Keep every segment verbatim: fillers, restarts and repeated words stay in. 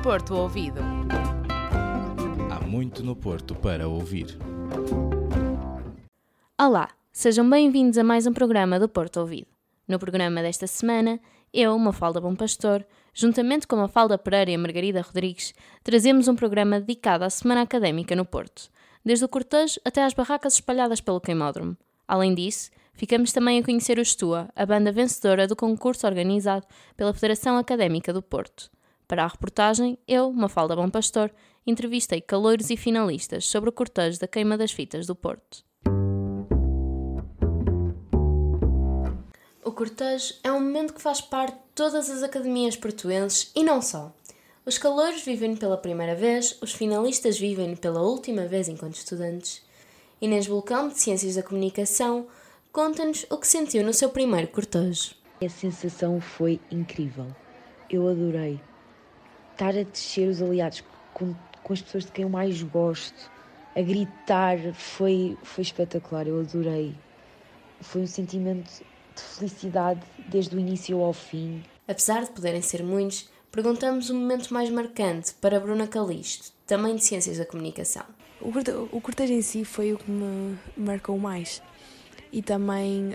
Porto Ouvido. Há muito no Porto para ouvir. Olá, sejam bem-vindos a mais um programa do Porto Ouvido. No programa desta semana, eu, Mafalda Bom Pastor, juntamente com Mafalda Pereira e a Margarida Rodrigues, trazemos um programa dedicado à Semana Académica no Porto, desde o cortejo até às barracas espalhadas pelo queimódromo. Além disso, ficamos também a conhecer o Stua, a banda vencedora do concurso organizado pela Federação Académica do Porto. Para a reportagem, eu, Mafalda Bom Pastor, entrevistei caloiros e finalistas sobre o cortejo da Queima das Fitas do Porto. O cortejo é um momento que faz parte de todas as academias portuenses e não só. Os caloiros vivem-no pela primeira vez, os finalistas vivem-no pela última vez enquanto estudantes. Inês Bulcão, de Ciências da Comunicação, conta-nos o que sentiu no seu primeiro cortejo. A sensação foi incrível. Eu adorei. Estar a descer os aliados com, com as pessoas de quem eu mais gosto, a gritar, foi, foi espetacular. Eu adorei. Foi um sentimento de felicidade desde o início ao fim. Apesar de poderem ser muitos, perguntamos o momento mais marcante para Bruna Calisto, também de Ciências da Comunicação. O cortejo, o cortejo em si foi o que me marcou mais. E também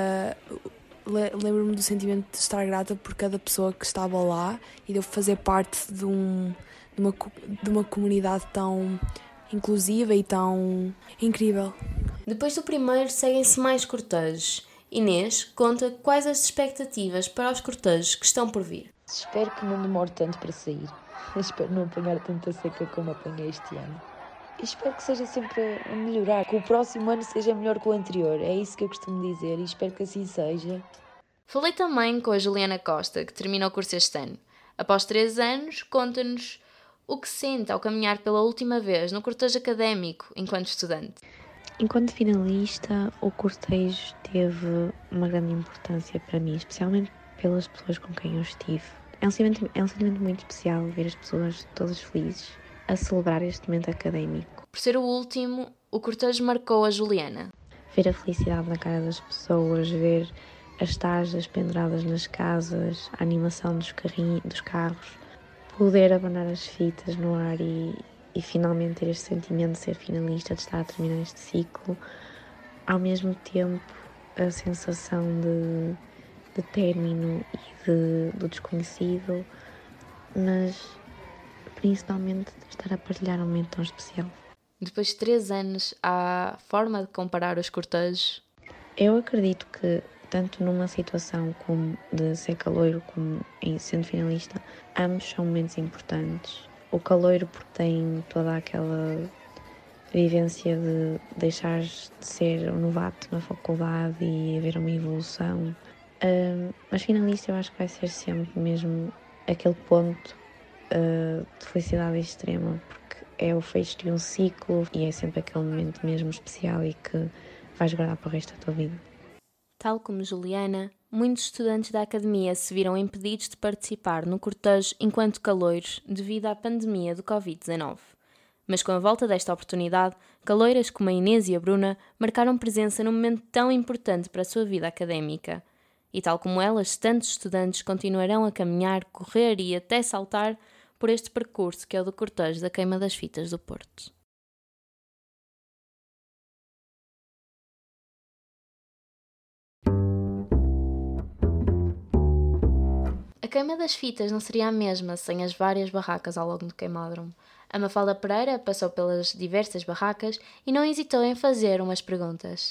uh, lembro-me do sentimento de estar grata por cada pessoa que estava lá e de eu fazer parte de, um, de, uma, de uma comunidade tão inclusiva e tão incrível. Depois do primeiro, seguem-se mais cortejos. Inês conta quais as expectativas para os cortejos que estão por vir. Espero que não demore tanto para sair. Espero não apanhar tanta seca como apanhei este ano. E espero que seja sempre a melhorar, que o próximo ano seja melhor que o anterior. É isso que eu costumo dizer e espero que assim seja. Falei também com a Juliana Costa, que termina o curso este ano. Após três anos, conta-nos o que sente ao caminhar pela última vez no cortejo académico enquanto estudante. Enquanto finalista, o cortejo teve uma grande importância para mim, especialmente pelas pessoas com quem eu estive. É um sentimento, é um sentimento muito especial ver as pessoas todas felizes a celebrar este momento académico. Por ser o último, o cortejo marcou a Juliana. Ver a felicidade na cara das pessoas, ver as tarjas penduradas nas casas, a animação dos, carrinhos, dos carros, poder abanar as fitas no ar e, e finalmente ter este sentimento de ser finalista, de estar a terminar este ciclo. Ao mesmo tempo, a sensação de, de término e de, do desconhecido, mas principalmente de estar a partilhar um momento tão especial. Depois de três anos, há forma de comparar os cortejos? Eu acredito que, tanto numa situação como de ser caloiro, como em sendo finalista, ambos são momentos importantes. O caloiro porque tem toda aquela vivência de deixar de ser um novato na faculdade e haver uma evolução. Um, mas finalista eu acho que vai ser sempre mesmo aquele ponto uh, de felicidade extrema, porque é o fecho de um ciclo e é sempre aquele momento mesmo especial e que vais guardar para o resto da tua vida. Tal como Juliana, muitos estudantes da academia se viram impedidos de participar no cortejo enquanto caloiros devido à pandemia do covid dezanove. Mas com a volta desta oportunidade, caloiras como a Inês e a Bruna marcaram presença num momento tão importante para a sua vida académica. E tal como elas, tantos estudantes continuarão a caminhar, correr e até saltar por este percurso que é o do cortejo da Queima das Fitas do Porto. A Queima das Fitas não seria a mesma sem as várias barracas ao longo do queimódromo. A Mafalda Pereira passou pelas diversas barracas e não hesitou em fazer umas perguntas.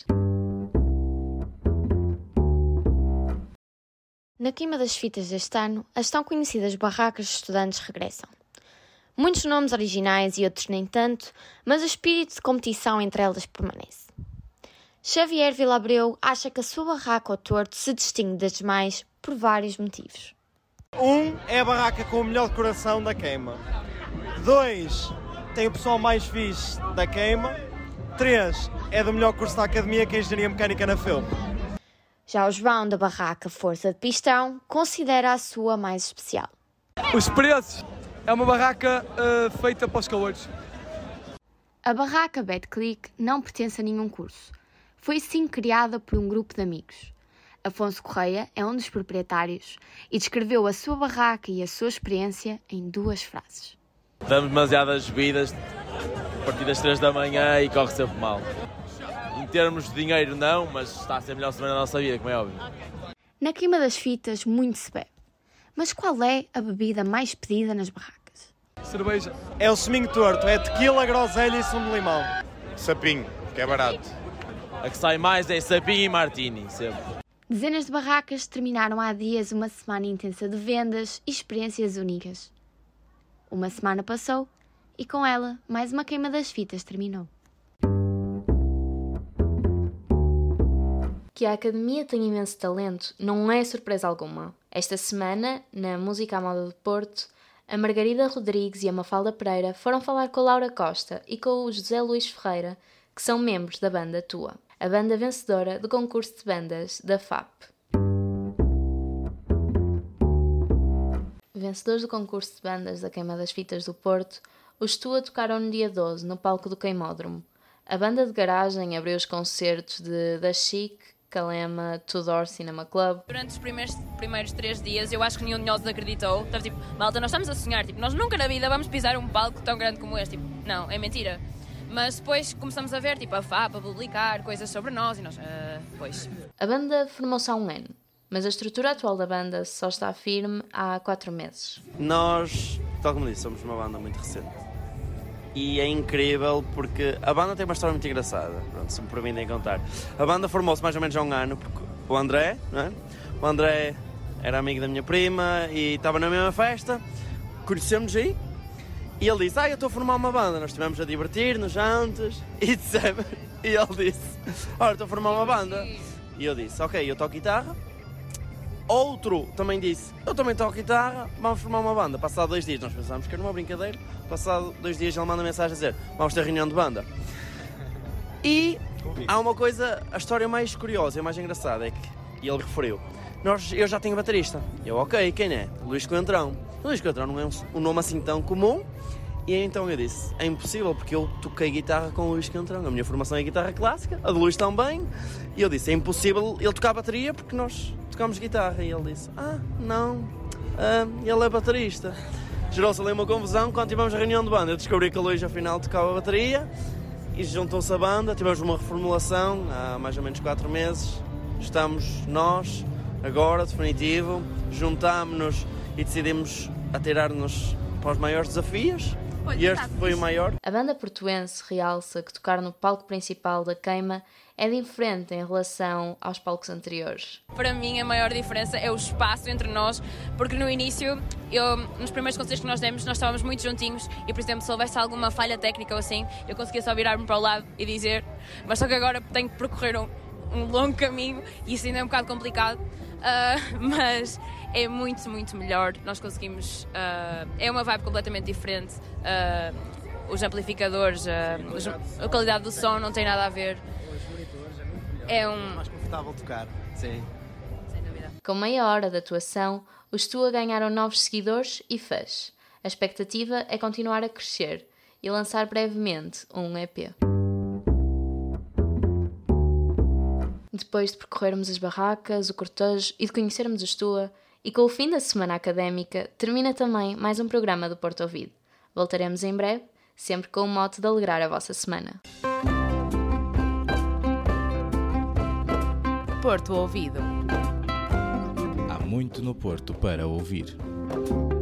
Na Queima das Fitas deste ano, as tão conhecidas barracas de estudantes regressam. Muitos nomes originais e outros nem tanto, mas o espírito de competição entre elas permanece. Xavier Vilabreu acha que a sua barraca ao torto se distingue das demais por vários motivos. Um é a barraca com o melhor decoração da queima. Dois, tem o pessoal mais fixe da queima. Três, é do melhor curso da academia, que é a Engenharia Mecânica na F E U. Já o João da barraca Força de Pistão considera a sua mais especial. Os preços é uma barraca uh, feita para os calores. A barraca Bad Click não pertence a nenhum curso. Foi sim criada por um grupo de amigos. Afonso Correia é um dos proprietários e descreveu a sua barraca e a sua experiência em duas frases. Damos demasiadas bebidas a partir das três da manhã e corre sempre mal. Em termos de dinheiro não, mas está a ser a melhor semana da nossa vida, como é óbvio. Na queima das fitas muito se bebe. Mas qual é a bebida mais pedida nas barracas? Cerveja. É o seminho torto, é tequila, groselha e sumo de limão. Sapinho, que é barato. A que sai mais é sapinho e martini, sempre. Dezenas de barracas terminaram há dias uma semana intensa de vendas e experiências únicas. Uma semana passou e com ela mais uma queima das fitas terminou. Que a Academia tem imenso talento não é surpresa alguma. Esta semana, na Música à Moda do Porto, a Margarida Rodrigues e a Mafalda Pereira foram falar com a Laura Costa e com o José Luís Ferreira, que são membros da banda Tua, a banda vencedora do concurso de bandas da F A P. Vencedores do concurso de bandas da Queima das Fitas do Porto, os Tua tocaram no dia doze, no palco do Queimódromo. A banda de garagem abriu os concertos de Da Chic, Calema, Tudor Cinema Club. Durante os primeiros, primeiros três dias eu acho que nenhum de nós acreditou. Estava tipo, malta, nós estamos a sonhar, tipo, nós nunca na vida vamos pisar um palco tão grande como este. Tipo, não, é mentira. Mas depois começamos a ver tipo, a F A P a publicar coisas sobre nós e nós, uh, pois. A banda formou-se há um ano, mas a estrutura atual da banda só está firme há quatro meses. Nós, tal como disse, somos uma banda muito recente. E é incrível porque a banda tem uma história muito engraçada, pronto, se me permitem contar. A banda formou-se mais ou menos há um ano, porque o André, não é? O André era amigo da minha prima e estava na mesma festa, conhecemos aí, e ele disse, ah, eu estou a formar uma banda. Nós estivemos a divertir-nos antes, e dissemos, e ele disse, olha, estou a formar uma banda. E eu disse, ok, eu toco guitarra. Outro também disse, eu também toco guitarra, vamos formar uma banda. Passado dois dias, nós pensámos que era uma brincadeira. Passado dois dias ele manda mensagem a dizer, vamos ter reunião de banda. E há uma coisa, a história mais curiosa e mais engraçada é que, e ele referiu, nós, eu já tenho baterista. Eu, ok, quem é? Luís Coentrão. O Luís Coentrão não é um, um nome assim tão comum. E então eu disse, é impossível porque eu toquei guitarra com o Luís Coentrão. A minha formação é guitarra clássica, a do Luís também. E eu disse, é impossível ele tocar bateria porque nós tocamos guitarra. E ele disse, ah, não, ah, ele é baterista. Gerou-se ali uma confusão. Quando tivemos a reunião de banda, eu descobri que o Luís afinal tocava bateria e juntou-se a banda. Tivemos uma reformulação há mais ou menos quatro meses. Estamos nós, agora, definitivo, juntámos-nos e decidimos atirar-nos para os maiores desafios. E este foi o maior. A banda portuense realça que tocar no palco principal da Queima é diferente em relação aos palcos anteriores. Para mim a maior diferença é o espaço entre nós, porque no início, eu, nos primeiros concertos que nós demos, nós estávamos muito juntinhos e, por exemplo, se houvesse alguma falha técnica ou assim, eu conseguia só virar-me para o lado e dizer, mas só que agora tenho que percorrer um, um longo caminho e isso ainda é um bocado complicado, uh, mas é muito, muito melhor. Nós conseguimos, uh, é uma vibe completamente diferente, uh, os amplificadores, uh, os, a qualidade do som não tem nada a ver. É um... mais confortável tocar, sim. Sem dúvida. Com meia hora de atuação, os Tua ganharam novos seguidores e fãs. A expectativa é continuar a crescer e lançar brevemente um E P. Depois de percorrermos as barracas, o cortejo e de conhecermos os Tua, e com o fim da semana académica, termina também mais um programa do Porto Ouvido. Voltaremos em breve, sempre com o mote de alegrar a vossa semana. Porto Ouvido. Há muito no Porto para ouvir.